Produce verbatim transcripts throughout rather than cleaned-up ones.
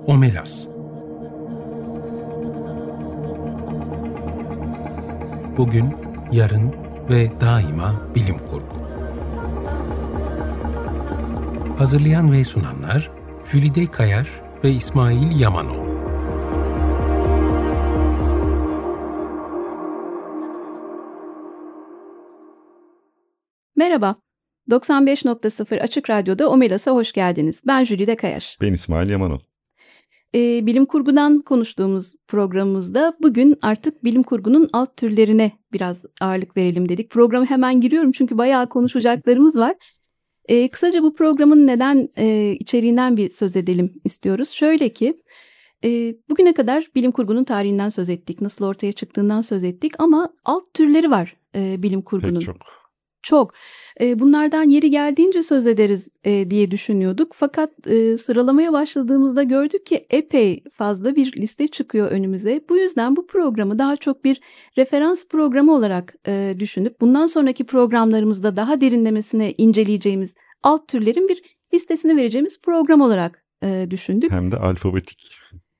Omelas. Bugün, yarın ve daima bilim kurgu. Hazırlayan ve sunanlar Jülide Kayar ve İsmail Yamanol. Merhaba, doksan beş nokta sıfır Açık Radyo'da Omelas'a hoş geldiniz. Ben Jülide Kayar. Ben İsmail Yamanol. Ee, bilim kurgudan konuştuğumuz programımızda bugün artık bilim kurgunun alt türlerine biraz ağırlık verelim dedik. Programa hemen giriyorum çünkü bayağı konuşacaklarımız var. Ee, kısaca bu programın neden e, içeriğinden bir söz edelim istiyoruz. Şöyle ki, e, bugüne kadar bilim kurgunun tarihinden söz ettik, nasıl ortaya çıktığından söz ettik ama alt türleri var e, bilim kurgunun. Pek çok. Çok. Bunlardan yeri geldiğince söz ederiz diye düşünüyorduk. Fakat sıralamaya başladığımızda gördük ki epey fazla bir liste çıkıyor önümüze. Bu yüzden bu programı daha çok bir referans programı olarak düşünüp bundan sonraki programlarımızda daha derinlemesine inceleyeceğimiz alt türlerin bir listesini vereceğimiz program olarak düşündük. Hem de alfabetik.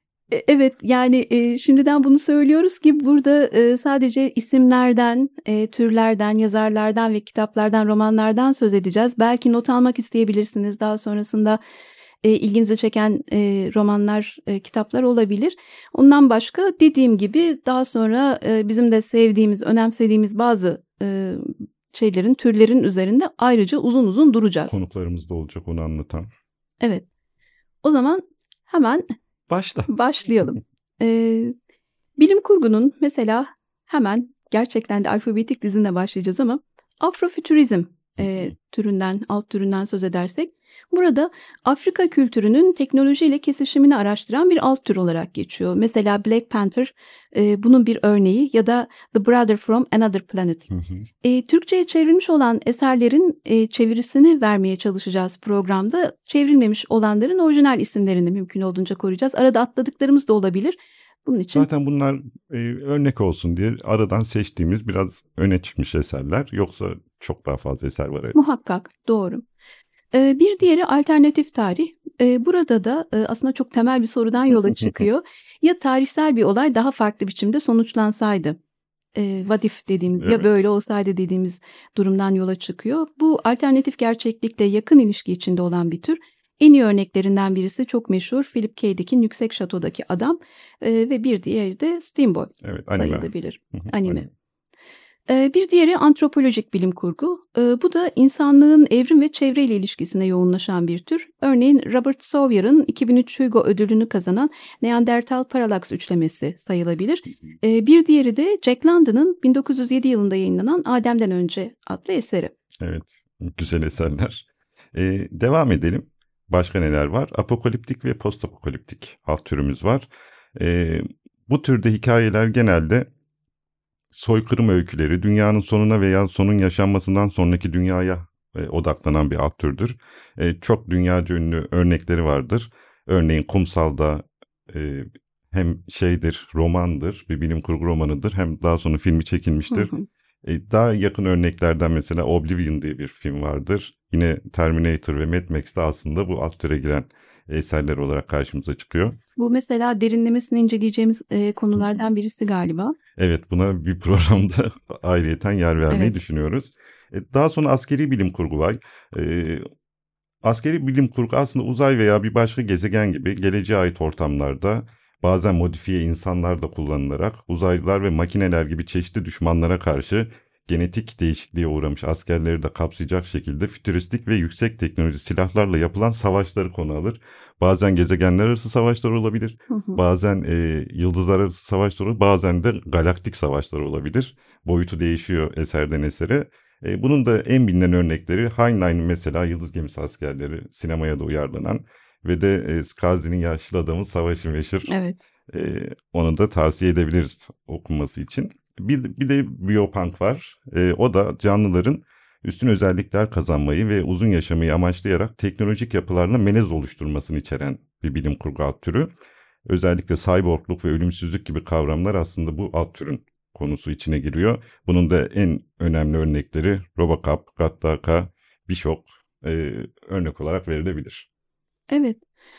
Evet, yani e, şimdiden bunu söylüyoruz ki burada e, sadece isimlerden, e, türlerden, yazarlardan ve kitaplardan, romanlardan söz edeceğiz. Belki not almak isteyebilirsiniz. Daha sonrasında e, ilginizi çeken e, romanlar, e, kitaplar olabilir. Ondan başka dediğim gibi daha sonra e, bizim de sevdiğimiz, önemsediğimiz bazı e, şeylerin, türlerin üzerinde ayrıca uzun uzun duracağız. Konuklarımız da olacak onu anlatan. Evet, o zaman hemen... Başla. Başlayalım. Ee, bilim kurgunun mesela hemen gerçekten de alfabetik dizinde başlayacağız ama Afrofütürizm e, türünden, alt türünden söz edersek burada Afrika kültürünün teknolojiyle kesişimini araştıran bir alt tür olarak geçiyor. Mesela Black Panther e, bunun bir örneği ya da The Brother from Another Planet. Hı hı. E, Türkçe'ye çevrilmiş olan eserlerin e, çevirisini vermeye çalışacağız programda. Çevrilmemiş olanların orijinal isimlerini mümkün olduğunca koruyacağız. Arada atladıklarımız da olabilir. Bunun için... Zaten bunlar e, örnek olsun diye aradan seçtiğimiz biraz öne çıkmış eserler. Yoksa çok daha fazla eser var. Evet. Muhakkak, doğru. E, bir diğeri alternatif tarih. E, burada da e, aslında çok temel bir sorudan yola çıkıyor. Ya tarihsel bir olay daha farklı biçimde sonuçlansaydı? E, what if dediğimiz evet. Ya böyle olsaydı dediğimiz durumdan yola çıkıyor. Bu alternatif gerçeklikle yakın ilişki içinde olan bir tür. En iyi örneklerinden birisi çok meşhur Philip K. Dick'in Yüksek Şato'daki Adam e, ve bir diğeri de Steamboy evet, anime. sayılabilir. Anime. E, bir diğeri antropolojik bilim kurgu. E, bu da insanlığın evrim ve çevreyle ilişkisine yoğunlaşan bir tür. Örneğin Robert Sawyer'ın iki bin üç Hugo ödülünü kazanan Neandertal Parallax üçlemesi sayılabilir. E, bir diğeri de Jack London'ın bin dokuz yüz yedi yılında yayınlanan Adem'den Önce adlı eseri. Evet, güzel eserler. E, devam edelim. Başka neler var? Apokaliptik ve postapokaliptik alt türümüz var. Ee, bu türde hikayeler genelde soykırım öyküleri, dünyanın sonuna veya sonun yaşanmasından sonraki dünyaya e, odaklanan bir alt türdür. E, çok dünyaca ünlü örnekleri vardır. Örneğin Kumsal'da e, hem şeydir, romandır, bir bilim kurgu romanıdır, hem daha sonra filmi çekilmiştir. Hı hı. E, daha yakın örneklerden mesela Oblivion diye bir film vardır. Yine Terminator ve Mad Max de aslında bu alt türe giren eserler olarak karşımıza çıkıyor. Bu mesela derinlemesine inceleyeceğimiz e, konulardan birisi galiba. Evet, buna bir programda ayrıyeten yer vermeyi evet. düşünüyoruz. E, daha sonra askeri bilim kurgu var. E, askeri bilim kurgu aslında uzay veya bir başka gezegen gibi geleceğe ait ortamlarda bazen modifiye insanlar da kullanılarak uzaylılar ve makineler gibi çeşitli düşmanlara karşı genetik değişikliğe uğramış askerleri de kapsayacak şekilde fütüristik ve yüksek teknoloji silahlarla yapılan savaşları konu alır. Bazen gezegenler arası savaşlar olabilir, hı hı. bazen e, yıldızlar arası savaşlar olur, bazen de galaktik savaşlar olabilir. Boyutu değişiyor eserden esere. E, bunun da en bilinen örnekleri Heinlein mesela Yıldız Gemisi askerleri, sinemaya da uyarlanan ve de e, Skazi'nin Yaşlı Adamın Savaşı meşhur. Evet. E, onu da tavsiye edebiliriz okunması için. Bir, bir de biyopunk var. E, o da canlıların üstün özellikler kazanmayı ve uzun yaşamayı amaçlayarak teknolojik yapılarla melez oluşturmasını içeren bir bilim kurgu alt türü. Özellikle cyborgluk ve ölümsüzlük gibi kavramlar aslında bu alt türün konusu içine giriyor. Bunun da en önemli örnekleri Robocop, Gattaca, Bioshock e, örnek olarak verilebilir. Evet.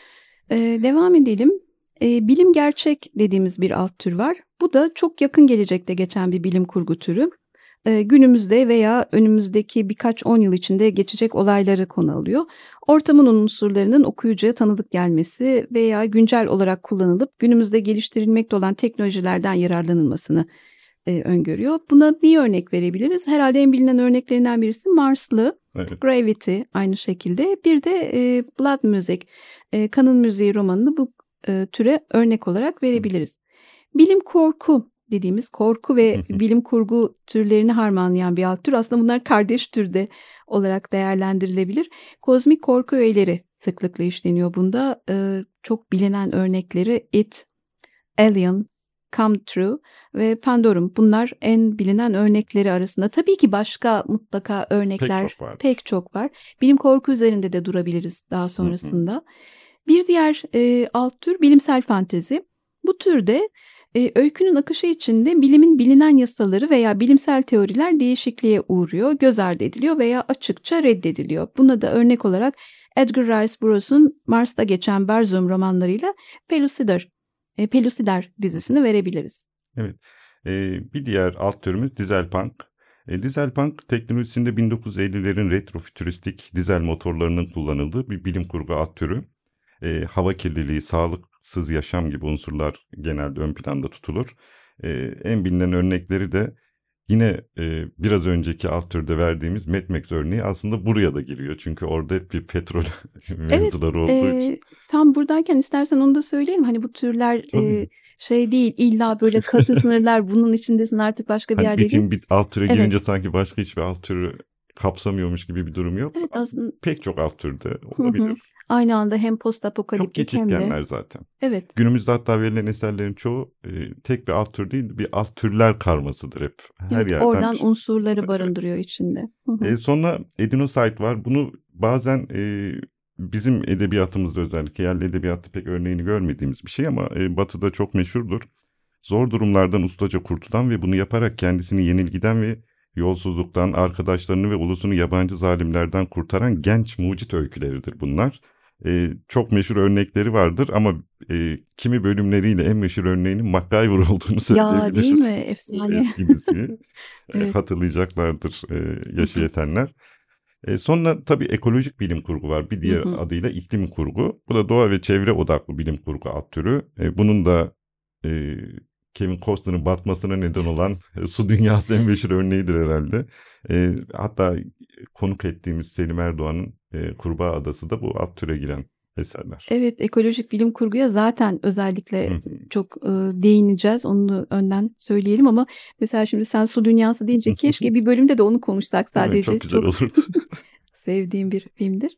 Ee, devam edelim. Ee, bilim gerçek dediğimiz bir alt tür var. Bu da çok yakın gelecekte geçen bir bilim kurgu türü. Ee, günümüzde veya önümüzdeki birkaç on yıl içinde geçecek olayları konu alıyor. Ortamın unsurlarının okuyucuya tanıdık gelmesi veya güncel olarak kullanılıp günümüzde geliştirilmekte olan teknolojilerden yararlanılmasını e, öngörüyor. Buna bir örnek verebiliriz. Herhalde en bilinen örneklerinden birisi Marslı, evet. Gravity aynı şekilde. Bir de e, Blood Music, e, Kanın Müziği romanını bu e, türe örnek olarak verebiliriz. Bilim korku dediğimiz korku ve bilim kurgu türlerini harmanlayan bir alt tür. Aslında bunlar kardeş türde olarak değerlendirilebilir. Kozmik korku öğeleri sıklıkla işleniyor bunda. E, çok bilinen örnekleri It, Alien, Come True ve Pandorum. Bunlar en bilinen örnekleri arasında. Tabii ki başka mutlaka örnekler pek çok var. Pek çok var. Bilim korku üzerinde de durabiliriz daha sonrasında. Bir diğer e, alt tür bilimsel fantezi. Bu türde e, öykünün akışı içinde bilimin bilinen yasaları veya bilimsel teoriler değişikliğe uğruyor, göz ardı ediliyor veya açıkça reddediliyor. Buna da örnek olarak Edgar Rice Burroughs'un Mars'ta geçen Berzum romanlarıyla Pellucidar, e, Pellucidar dizisini verebiliriz. Evet. Ee, bir diğer alt türümüz dizelpunk. E, dizelpunk teknolojisinde bin dokuz yüz ellilerin retrofütüristik dizel motorlarının kullanıldığı bir bilim kurgu alt türü. E, hava kirliliği, sağlıksız yaşam gibi unsurlar genelde ön planda tutulur. E, en bilinen örnekleri de yine e, biraz önceki alt türde verdiğimiz Mad Max örneği aslında buraya da giriyor. Çünkü orada hep bir petrol mevzuları evet, olduğu e, için. Tam buradayken istersen onu da söyleyelim. Hani bu türler e, şey değil, illa böyle katı sınırlar bunun içindesin artık başka bir hani yerde bir film değil. bir alt türe Evet. girince sanki başka hiçbir alt türü kapsamıyormuş gibi bir durum yok. Evet, aslında pek çok alt türde olabilir. Hı hı. Aynı anda hem post apokaliptik çok hem de. geçitkenler genler zaten. Evet. Günümüzde hatta verilen eserlerin çoğu e, tek bir alt tür değil, bir alt türler karmasıdır hep. Her Evet, yerden. oradan unsurları barındırıyor içinde. Hı hı. E, sonra Edinocide var. Bunu bazen e, bizim edebiyatımızda özellikle yerli edebiyatta pek örneğini görmediğimiz bir şey ama e, Batı'da çok meşhurdur. Zor durumlardan ustaca kurtulan ve bunu yaparak kendisini yenilgiden ve yolsuzluktan, arkadaşlarını ve ulusunu yabancı zalimlerden kurtaran genç mucit öyküleridir bunlar. Ee, çok meşhur örnekleri vardır ama e, kimi bölümleriyle en meşhur örneğinin MacGyver olduğunu söyleyebiliriz. Ya değil mi? Efsane. Eski diziyi Evet. hatırlayacaklardır e, yaşı yetenler. E, sonra tabii ekolojik bilim kurgu var. Bir diğer Hı hı. adıyla iklim kurgu. Bu da doğa ve çevre odaklı bilim kurgu alt türü. E, bunun da e, Kevin Costner'ın batmasına neden olan e, Su Dünyası en meşhur örneğidir herhalde. E, hatta konuk ettiğimiz Selim Erdoğan'ın e, Kurbağa Adası da bu alt türe giren eserler. Evet, ekolojik bilim kurguya zaten özellikle Hı hı. çok e, değineceğiz. Onu önden söyleyelim ama mesela şimdi sen Su Dünyası deyince keşke bir bölümde de onu konuşsak sadece. Evet, çok güzel olurdu. Sevdiğim bir filmdir.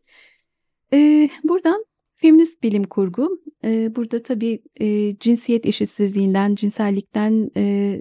E, buradan feminist bilim kurgu. E, burada tabii e, cinsiyet eşitsizliğinden, cinsellikten, e,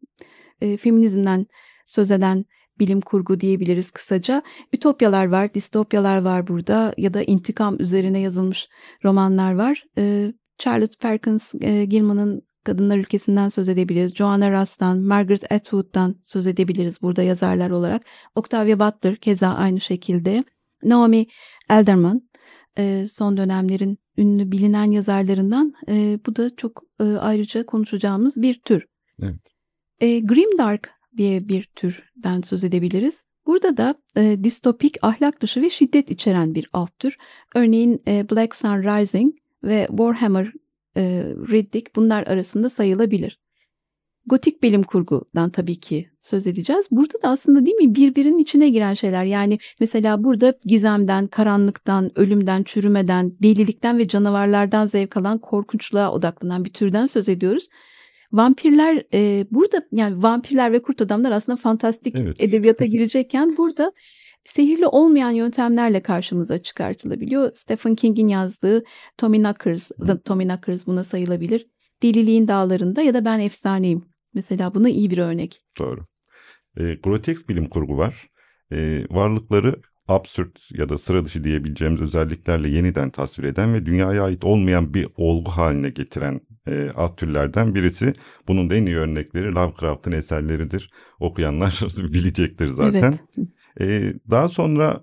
e, feminizmden söz eden bilim kurgu diyebiliriz kısaca. Ütopyalar var, distopyalar var burada ya da intikam üzerine yazılmış romanlar var. E, Charlotte Perkins e, Gilman'ın Kadınlar Ülkesi'nden söz edebiliriz. Joanna Russ'tan, Margaret Atwood'dan söz edebiliriz burada yazarlar olarak. Octavia Butler keza aynı şekilde. Naomi Alderman e, son dönemlerin ünlü bilinen yazarlarından. E, bu da çok e, ayrıca konuşacağımız bir tür. Evet. E, Grimdark diye bir türden söz edebiliriz. Burada da e, distopik, ahlak dışı ve şiddet içeren bir alt tür. Örneğin e, Black Sun Rising ve Warhammer e, Riddick bunlar arasında sayılabilir. Gotik bilim kurgudan tabii ki söz edeceğiz. Burada da aslında değil mi birbirinin içine giren şeyler. Yani mesela burada gizemden, karanlıktan, ölümden, çürümeden, delilikten ve canavarlardan zevk alan korkunçluğa odaklanan bir türden söz ediyoruz. Vampirler e, burada yani vampirler ve kurt adamlar aslında fantastik evet. edebiyata girecekken burada sihirli olmayan yöntemlerle karşımıza çıkartılabiliyor. Stephen King'in yazdığı Tommy Knockers, The Tommy Knockers buna sayılabilir. Deliliğin Dağlarında ya da Ben Efsaneyim. Mesela buna iyi bir örnek. Doğru. E, grotesk bilim kurgu var. E, varlıkları absürt ya da sıra dışı diyebileceğimiz özelliklerle yeniden tasvir eden ve dünyaya ait olmayan bir olgu haline getiren e, alt türlerden birisi. Bunun da en iyi örnekleri Lovecraft'ın eserleridir. Okuyanlar bilecektir zaten. Evet. E, daha sonra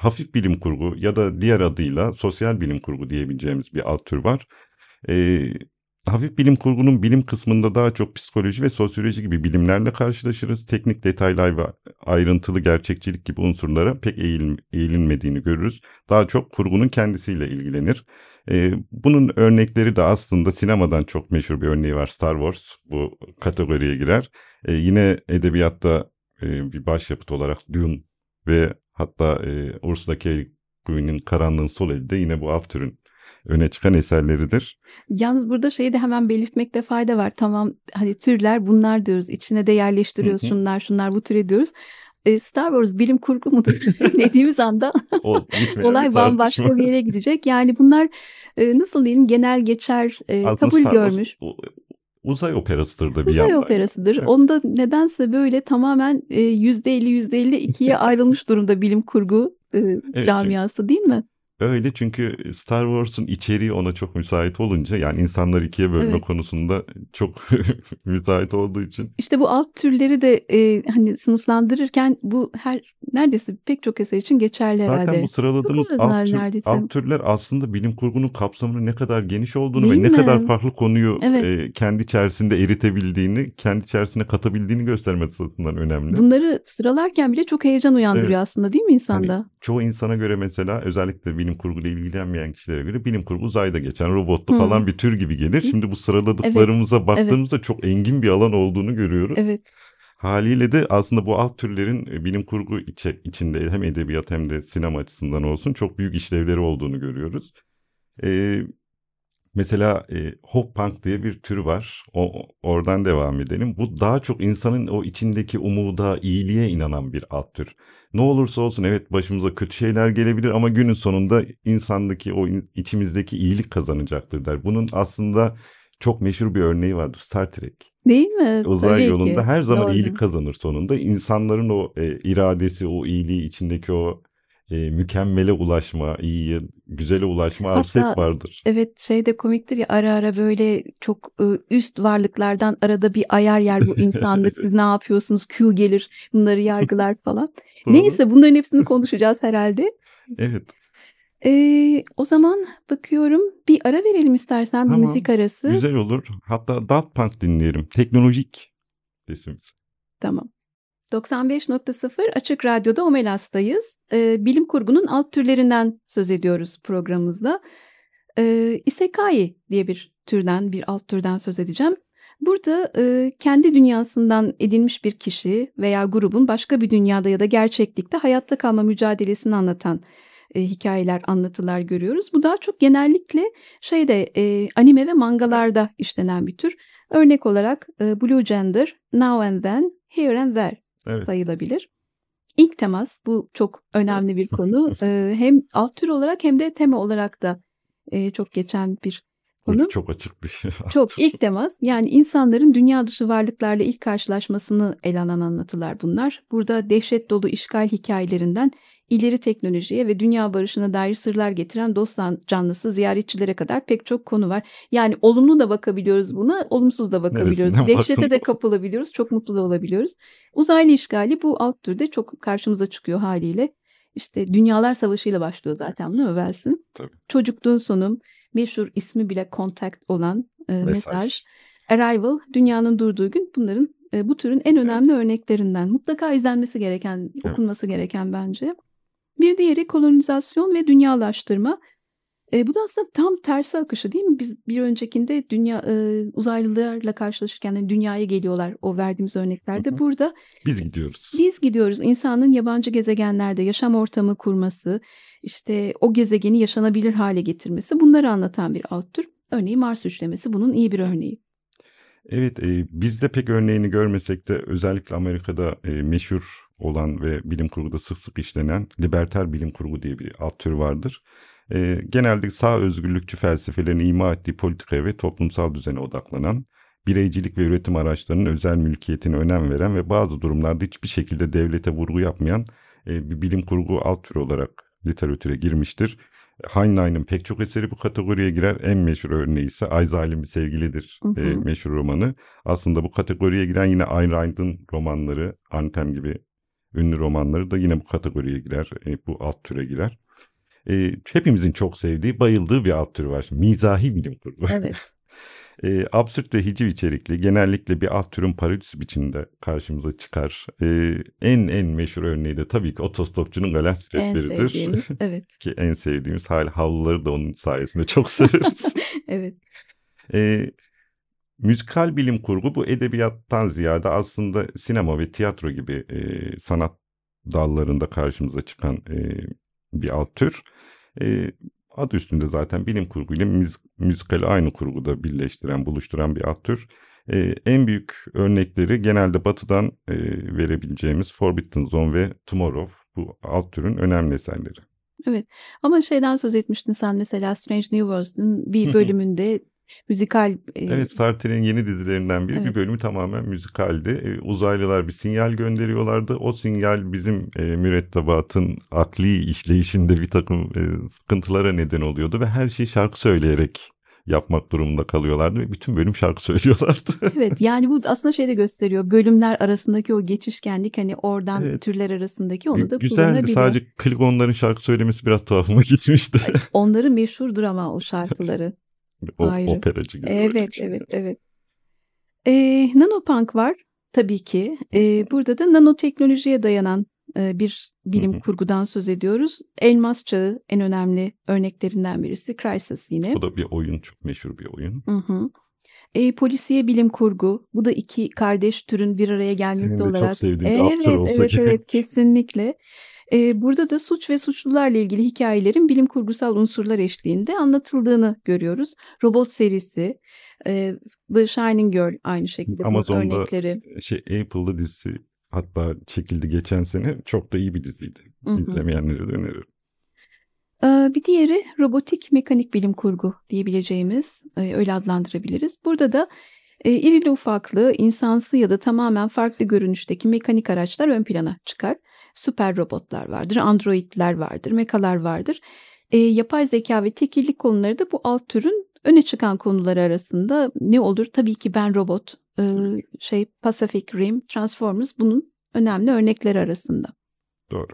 hafif bilim kurgu ya da diğer adıyla sosyal bilim kurgu diyebileceğimiz bir alt tür var. E, hafif bilim kurgunun bilim kısmında daha çok psikoloji ve sosyoloji gibi bilimlerle karşılaşırız. Teknik detaylar ve ayrıntılı gerçekçilik gibi unsurlara pek eğil, eğilinmediğini görürüz. Daha çok kurgunun kendisiyle ilgilenir. E, bunun örnekleri de aslında sinemadan çok meşhur bir örneği var. Star Wars bu kategoriye girer. E, yine edebiyatta e, bir başyapıt olarak Dune ve hatta e, Ursula K. Le Guin'in Karanlığın Sol Eli de yine bu alt türün öne çıkan eserleridir. Yalnız burada şeyi de hemen belirtmekte fayda var. Tamam, hani türler bunlar diyoruz. İçine de yerleştiriyoruz. Şunlar şunlar bu türe diyoruz. E, Star Wars bilim kurgu mudur dediğimiz anda O, olay bambaşka bir yere gidecek. Yani bunlar e, nasıl diyelim genel geçer e, kabul Star görmüş. Wars, uzay operasıdır da bir Uzay yandan. operasıdır. Evet. Onda nedense böyle tamamen e, yüzde elli yüzde elli ikiye ayrılmış durumda bilim kurgu e, Evet, camiası değil mi? Öyle, çünkü Star Wars'un içeriği ona çok müsait olunca, yani insanları ikiye bölme Evet. konusunda çok müsait olduğu için. İşte bu alt türleri de e, hani sınıflandırırken bu her neredeyse pek çok eser için geçerli Zaten herhalde. bu sıraladığımız Çok alt, özel tür, neredeyse. alt türler aslında bilim kurgunun kapsamının ne kadar geniş olduğunu Değil ve ne mi? kadar farklı konuyu Evet. e, kendi içerisinde eritebildiğini, kendi içerisine katabildiğini göstermesi açısından önemli. Bunları sıralarken bile çok heyecan uyandırıyor Evet. aslında değil mi insanda? Hani çoğu insana göre, mesela özellikle bilim kurguyla ilgilenmeyen kişilere göre bilim kurgu uzayda geçen robotlu Hı. falan bir tür gibi gelir. Şimdi bu sıraladıklarımıza baktığımızda çok engin bir alan olduğunu görüyoruz. Evet. Haliyle de aslında bu alt türlerin e, bilim kurgu içe, içinde hem edebiyat hem de sinema açısından olsun çok büyük işlevleri olduğunu görüyoruz. Ee, mesela e, Hop Punk diye bir tür var. O, oradan devam edelim. Bu daha çok insanın o içindeki umuda, iyiliğe inanan bir alt tür. Ne olursa olsun, evet, başımıza kötü şeyler gelebilir ama günün sonunda insandaki o in- içimizdeki iyilik kazanacaktır der. Bunun aslında çok meşhur bir örneği vardır, Star Trek. Değil mi? Uzay Tabii yolunda ki. her zaman Doğru. iyilik kazanır sonunda. İnsanların o e, iradesi, o iyiliği, içindeki o e, mükemmele ulaşma, iyiye, güzele ulaşma arzusu hep Hatta vardır. evet, şey de komiktir ya, ara ara böyle çok ıı, üst varlıklardan arada bir ayar yer bu insanlık. Siz ne yapıyorsunuz? Q gelir, bunları yargılar falan. Doğru. Neyse, bunların hepsini konuşacağız herhalde. Evet. Ee, o zaman bakıyorum, bir ara verelim istersen, bir Tamam. müzik arası. Güzel olur. Hatta Daft Punk dinleyelim. Teknolojik sesimiz. Tamam. doksan beş nokta sıfır Açık Radyo'da Omelas'tayız. Ee, bilim kurgunun alt türlerinden söz ediyoruz programımızda. Ee, Isekai diye bir türden, bir alt türden söz edeceğim. Burada e, kendi dünyasından edinmiş bir kişi veya grubun başka bir dünyada ya da gerçeklikte hayatta kalma mücadelesini anlatan e, hikayeler, anlatılar görüyoruz. Bu daha çok genellikle şeyde e, anime ve mangalarda işlenen bir tür. Örnek olarak e, Blue Gender, Now and Then, Here and There Evet. sayılabilir. İlk temas, bu çok önemli bir konu. E, hem alt tür olarak hem de tema olarak da e, çok geçen bir konu. Çok açık bir şey. Çok ilk temas, yani insanların dünya dışı varlıklarla ilk karşılaşmasını ele alan anlatılar bunlar. Burada dehşet dolu işgal hikayelerinden ileri teknolojiye ve dünya barışına dair sırlar getiren dost canlısı ziyaretçilere kadar pek çok konu var. Yani olumlu da bakabiliyoruz buna, olumsuz da bakabiliyoruz. Neresinden Dehşete baktın? de kapılabiliyoruz, çok mutlu da olabiliyoruz. Uzaylı işgali bu alt türde çok karşımıza çıkıyor haliyle. İşte Dünyalar Savaşı'yla başlıyor zaten, değil mi Velsin? Tabii. Çocukluğun sonu, meşhur ismi bile Contact olan e, mesaj. Mesaj. Arrival, dünyanın durduğu gün, bunların e, bu türün en önemli örneklerinden. Mutlaka izlenmesi gereken, Evet. okunması gereken bence. Bir diğeri kolonizasyon ve dünyalaştırma. E, bu da aslında tam tersi akışı değil mi? Biz bir öncekinde dünya e, uzaylılarla karşılaşırken yani dünyaya geliyorlar, o verdiğimiz örneklerde. Hı hı. Burada Biz gidiyoruz. biz gidiyoruz. İnsanın yabancı gezegenlerde yaşam ortamı kurması, işte o gezegeni yaşanabilir hale getirmesi, bunları anlatan bir alt tür. Örneğin Mars üçlemesi bunun iyi bir örneği. Evet, e, bizde pek örneğini görmesek de özellikle Amerika'da e, meşhur olan ve bilim kurguda sık sık işlenen liberter bilim kurgu diye bir alt tür vardır. E, genelde sağ özgürlükçü felsefelerin ima ettiği politikaya ve toplumsal düzene odaklanan, bireycilik ve üretim araçlarının özel mülkiyetine önem veren ve bazı durumlarda hiçbir şekilde devlete vurgu yapmayan e, bir bilim kurgu alt türü olarak literatüre girmiştir. Heinlein'in pek çok eseri bu kategoriye girer. En meşhur örneği ise Aizali'nin Bir Sevgilidir Hı hı. e, meşhur romanı. Aslında bu kategoriye giren yine Ayn Rand'ın romanları, Anthem gibi ünlü romanları da yine bu kategoriye girer, e, bu alt türe girer. E, hepimizin çok sevdiği, bayıldığı bir alt tür var. Mizahi bilim kurgu. Evet. e, absürt ve hiciv içerikli, genellikle bir alt türün parodisi biçiminde karşımıza çıkar. E, en en meşhur örneği de tabii ki Otostopçunun Galansirefleri'dir. En sevdiğimiz, evet. Ki en sevdiğimiz, hala havluları da onun sayesinde çok severiz. Evet. E, müzikal bilim kurgu bu edebiyattan ziyade aslında sinema ve tiyatro gibi e, sanat dallarında karşımıza çıkan e, bir alt tür. E, adı üstünde zaten bilim kurgu ile müz- müzikali aynı kurguda birleştiren, buluşturan bir alt tür. E, en büyük örnekleri genelde batıdan e, verebileceğimiz Forbidden Zone ve Tomorrow, bu alt türün önemli eserleri. Evet, ama şeyden söz etmiştin sen, mesela Strange New Worlds'ın bir bölümünde müzikal... E... Evet, Star Trek'in yeni dizilerinden biri, evet. Bir bölümü tamamen müzikaldi. E, uzaylılar bir sinyal gönderiyorlardı. O sinyal bizim e, mürettebatın akli işleyişinde bir takım e, sıkıntılara neden oluyordu ve her şeyi şarkı söyleyerek yapmak durumunda kalıyorlardı ve bütün bölüm şarkı söylüyorlardı. Evet, yani bu aslında şey de gösteriyor, bölümler arasındaki o geçişkenlik, hani oradan evet. türler arasındaki onu da Güzeldi, kullanabiliyor. sadece Klingonların şarkı söylemesi biraz tuhafıma gitmişti. Ay, onları meşhurdur ama o şarkıları. O, operacı gibi. Evet, evet, evet. Ee, nanopunk var tabii ki. Ee, burada da nanoteknolojiye dayanan e, bir bilim kurgudan söz ediyoruz. Elmas Çağı en önemli örneklerinden birisi. Crysis yine. Bu da bir oyun, çok meşhur bir oyun. Hı hı. E, polisiye bilim kurgu. Bu da iki kardeş türün bir araya gelmesi Senin de olarak. çok sevdiğin evet, bir author olsa evet, gerek. evet, kesinlikle. Ee, burada da suç ve suçlularla ilgili hikayelerin bilim kurgusal unsurlar eşliğinde anlatıldığını görüyoruz. Robot serisi, e, The Shining Girl aynı şekilde Amazon'da bu örnekleri. Şey, Apple'da dizisi hatta çekildi geçen sene. Çok da iyi bir diziydi. Hı hı. İzlemeyenlere de öneririm. Ee, bir diğeri robotik mekanik bilim kurgu diyebileceğimiz, e, öyle adlandırabiliriz. Burada da e, irili ufaklı, insansı ya da tamamen farklı görünüşteki mekanik araçlar ön plana çıkar. Süper robotlar vardır, androidler vardır, mekalar vardır. E, yapay zeka ve tekillik konuları da bu alt türün öne çıkan konuları arasında ne olur? Tabii ki Ben Robot, e, şey Pacific Rim, Transformers bunun önemli örnekleri arasında. Doğru.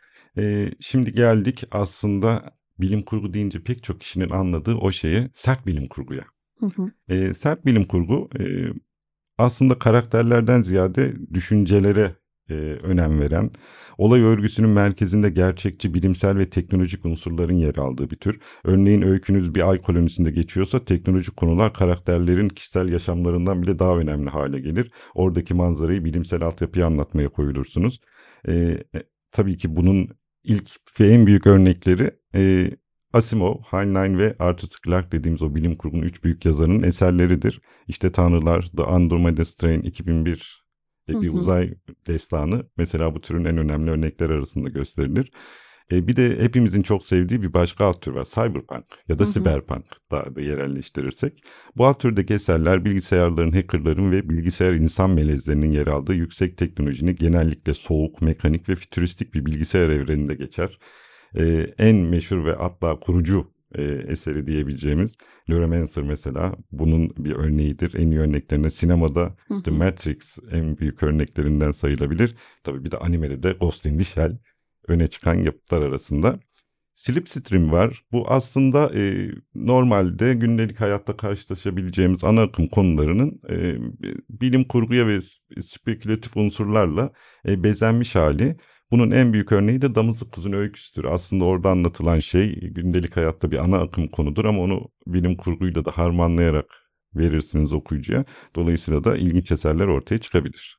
E, şimdi geldik aslında bilim kurgu deyince pek çok kişinin anladığı o şeye, sert bilim kurguya. Hı hı. E, sert bilim kurgu e, aslında karakterlerden ziyade düşüncelere e, önem veren, olay örgüsünün merkezinde gerçekçi, bilimsel ve teknolojik unsurların yer aldığı bir tür. Örneğin öykünüz bir ay kolonisinde geçiyorsa teknolojik konular karakterlerin kişisel yaşamlarından bile daha önemli hale gelir. Oradaki manzarayı bilimsel altyapıya anlatmaya koyulursunuz. E, e, tabii ki bunun ilk ve en büyük örnekleri e, Asimov, Heinlein ve Arthur C. Clarke dediğimiz o bilim kurgunun üç büyük yazarının eserleridir. İşte Tanrılar, The Andromeda Strain iki bin bir bir hı hı. uzay destanı mesela bu türün en önemli örnekleri arasında gösterilir. E, bir de hepimizin çok sevdiği bir başka alt tür var. Cyberpunk ya da Cyberpunk daha da yerelleştirirsek. Bu alt türdeki eserler bilgisayarların, hackerların ve bilgisayar insan melezlerinin yer aldığı yüksek teknolojinin genellikle soğuk, mekanik ve fütüristik bir bilgisayar evreninde geçer. Ee, en meşhur ve hatta kurucu e, eseri diyebileceğimiz Neuromancer mesela bunun bir örneğidir. En iyi örneklerinden sinemada hı hı. The Matrix en büyük örneklerinden sayılabilir. Tabii bir de animede de Ghost in the Shell öne çıkan yapıtlar arasında. Slipstream var. Bu aslında e, normalde gündelik hayatta karşılaşabileceğimiz ana akım konularının e, bilim kurguya ve spekülatif unsurlarla e, bezenmiş hali. Bunun en büyük örneği de Damızlık Kızın Öyküsüdür. Aslında orada anlatılan şey gündelik hayatta bir ana akım konudur ama onu bilim kurguyla da harmanlayarak verirsiniz okuyucuya. Dolayısıyla da ilginç eserler ortaya çıkabilir.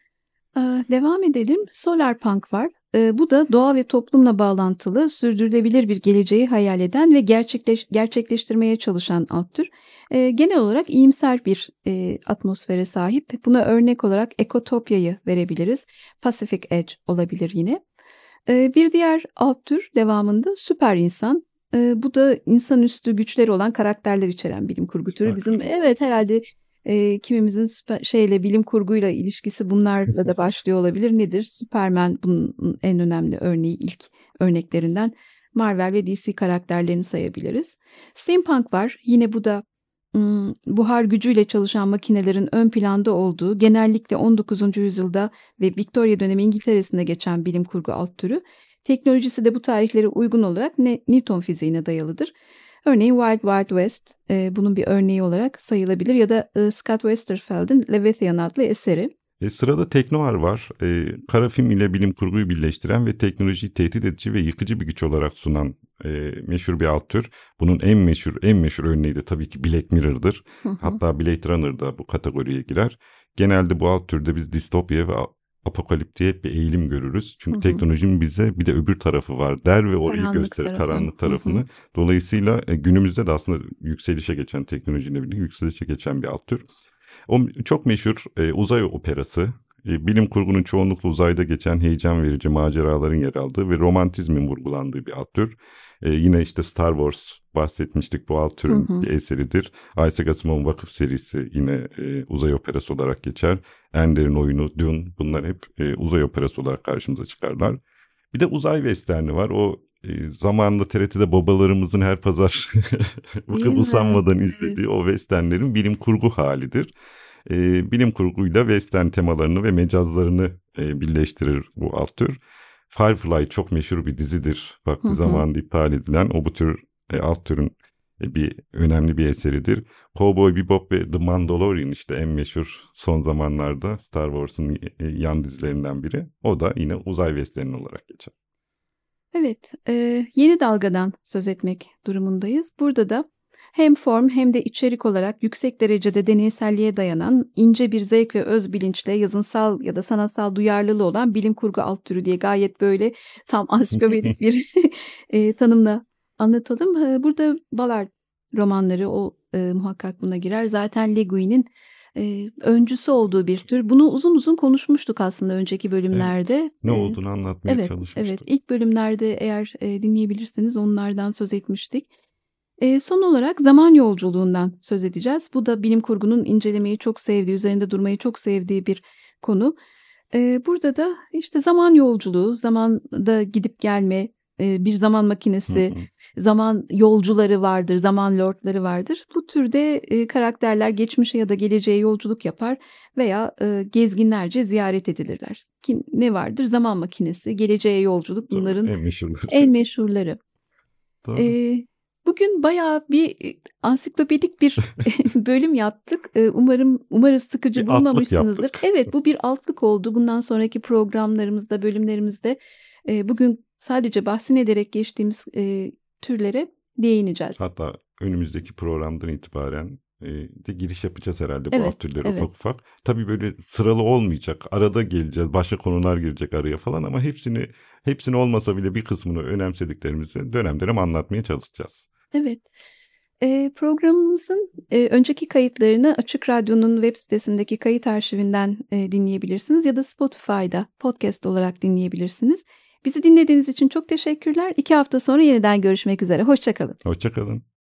Devam edelim. Solarpunk var. Bu da doğa ve toplumla bağlantılı, sürdürülebilir bir geleceği hayal eden ve gerçekleş, gerçekleştirmeye çalışan alt tür. Genel olarak iyimser bir atmosfere sahip. Buna örnek olarak Ekotopya'yı verebiliriz. Pacific Edge olabilir yine. Bir diğer alt tür devamında süper insan. Bu da insanüstü güçleri olan karakterler içeren bilim kurgu türü. Bizim evet herhalde E, kimimizin süper, şeyle bilim kurguyla ilişkisi bunlarla da başlıyor olabilir. Nedir? Superman bunun en önemli örneği, ilk örneklerinden. Marvel ve D C karakterlerini sayabiliriz. Steampunk var. Yine bu da buhar gücüyle çalışan makinelerin ön planda olduğu, genellikle on dokuzuncu yüzyılda ve Victoria dönemi İngiltere'sinde geçen bilim kurgu alt türü. Teknolojisi de bu tarihlere uygun olarak Newton fiziğine dayalıdır. Örneğin Wild Wild West e, bunun bir örneği olarak sayılabilir ya da e, Scott Westerfeld'in Leviathan adlı eseri. E, sırada teknoar var. E, kara film ile bilim kurguyu birleştiren ve teknolojiyi tehdit edici ve yıkıcı bir güç olarak sunan e, meşhur bir alt tür. Bunun en meşhur en meşhur örneği de tabii ki Black Mirror'dır. Hı hı. Hatta Blade Runner da bu kategoriye girer. Genelde bu alt türde biz distopya ve apokaliptiye bir eğilim görürüz. Çünkü hı hı. teknolojinin bize bir de öbür tarafı var der ve orayı karanlık gösterir, tarafı. karanlık tarafını. Hı hı. Dolayısıyla e, günümüzde de aslında yükselişe geçen, teknolojiyle birlikte yükselişe geçen bir alt tür. O çok meşhur e, uzay operası, e, bilim kurgunun çoğunlukla uzayda geçen heyecan verici maceraların yer aldığı ve romantizmin vurgulandığı bir alt tür. E, yine işte Star Wars bahsetmiştik, bu alt türün hı hı. bir eseridir. Isaac Asimov'un Vakıf serisi yine e, uzay operası olarak geçer. Ender'in oyunu, Dune, bunlar hep e, uzay operası olarak karşımıza çıkarlar. Bir de uzay westerni var. O e, zamanında T R T'de babalarımızın her pazar bakıp usanmadan izlediği o westernlerin bilim kurgu halidir. E, bilim kurguyla western temalarını ve mecazlarını e, birleştirir bu alt tür. Firefly çok meşhur bir dizidir. Vakti hı hı. zamanında iptal edilen o bu tür e, alt türün e, bir önemli bir eseridir. Cowboy Bebop ve The Mandalorian işte en meşhur son zamanlarda Star Wars'un e, yan dizilerinden biri. O da yine uzay western olarak geçer. Evet, e, yeni dalgadan söz etmek durumundayız. Burada da hem form hem de içerik olarak yüksek derecede deneyselliğe dayanan, ince bir zevk ve öz bilinçle yazınsal ya da sanatsal duyarlılığı olan bilim kurgu alt türü diye gayet böyle tam ansiklopedik bir e, tanımla anlatalım. Burada Ballard romanları o e, muhakkak buna girer. Zaten Le Guin'in e, öncüsü olduğu bir tür. Bunu uzun uzun konuşmuştuk aslında önceki bölümlerde. Evet, ne olduğunu anlatmaya evet, çalışmıştık. Evet, ilk bölümlerde eğer e, dinleyebilirseniz onlardan söz etmiştik. E, son olarak zaman yolculuğundan söz edeceğiz. Bu da bilim kurgunun incelemeyi çok sevdiği, üzerinde durmayı çok sevdiği bir konu. E, burada da işte zaman yolculuğu, zamanda gidip gelme, e, bir zaman makinesi, hı hı. zaman yolcuları vardır, zaman lordları vardır. Bu türde e, karakterler geçmişe ya da geleceğe yolculuk yapar veya e, gezginlerce ziyaret edilirler. Kim, ne vardır? Zaman makinesi, geleceğe yolculuk, bunların en meşhurları. En meşhurları. Doğru. E, Bugün bayağı bir ansiklopedik bir bölüm yaptık. Umarım umarız sıkıcı bir bulmamışsınızdır. Evet, bu bir altlık oldu. Bundan sonraki programlarımızda, bölümlerimizde bugün sadece bahsini ederek geçtiğimiz türlere değineceğiz. Hatta önümüzdeki programdan itibaren de giriş yapacağız herhalde bu evet, alt türleri evet. ufak ufak. Tabii böyle sıralı olmayacak. Arada geleceğiz. Başka konular girecek araya falan ama hepsini hepsini olmasa bile bir kısmını önemsediklerimizi dönem dönem anlatmaya çalışacağız. Evet. E, programımızın e, önceki kayıtlarını Açık Radyo'nun web sitesindeki kayıt arşivinden e, dinleyebilirsiniz ya da Spotify'da podcast olarak dinleyebilirsiniz. Bizi dinlediğiniz için çok teşekkürler. İki hafta sonra yeniden görüşmek üzere. Hoşça kalın. Hoşça kalın.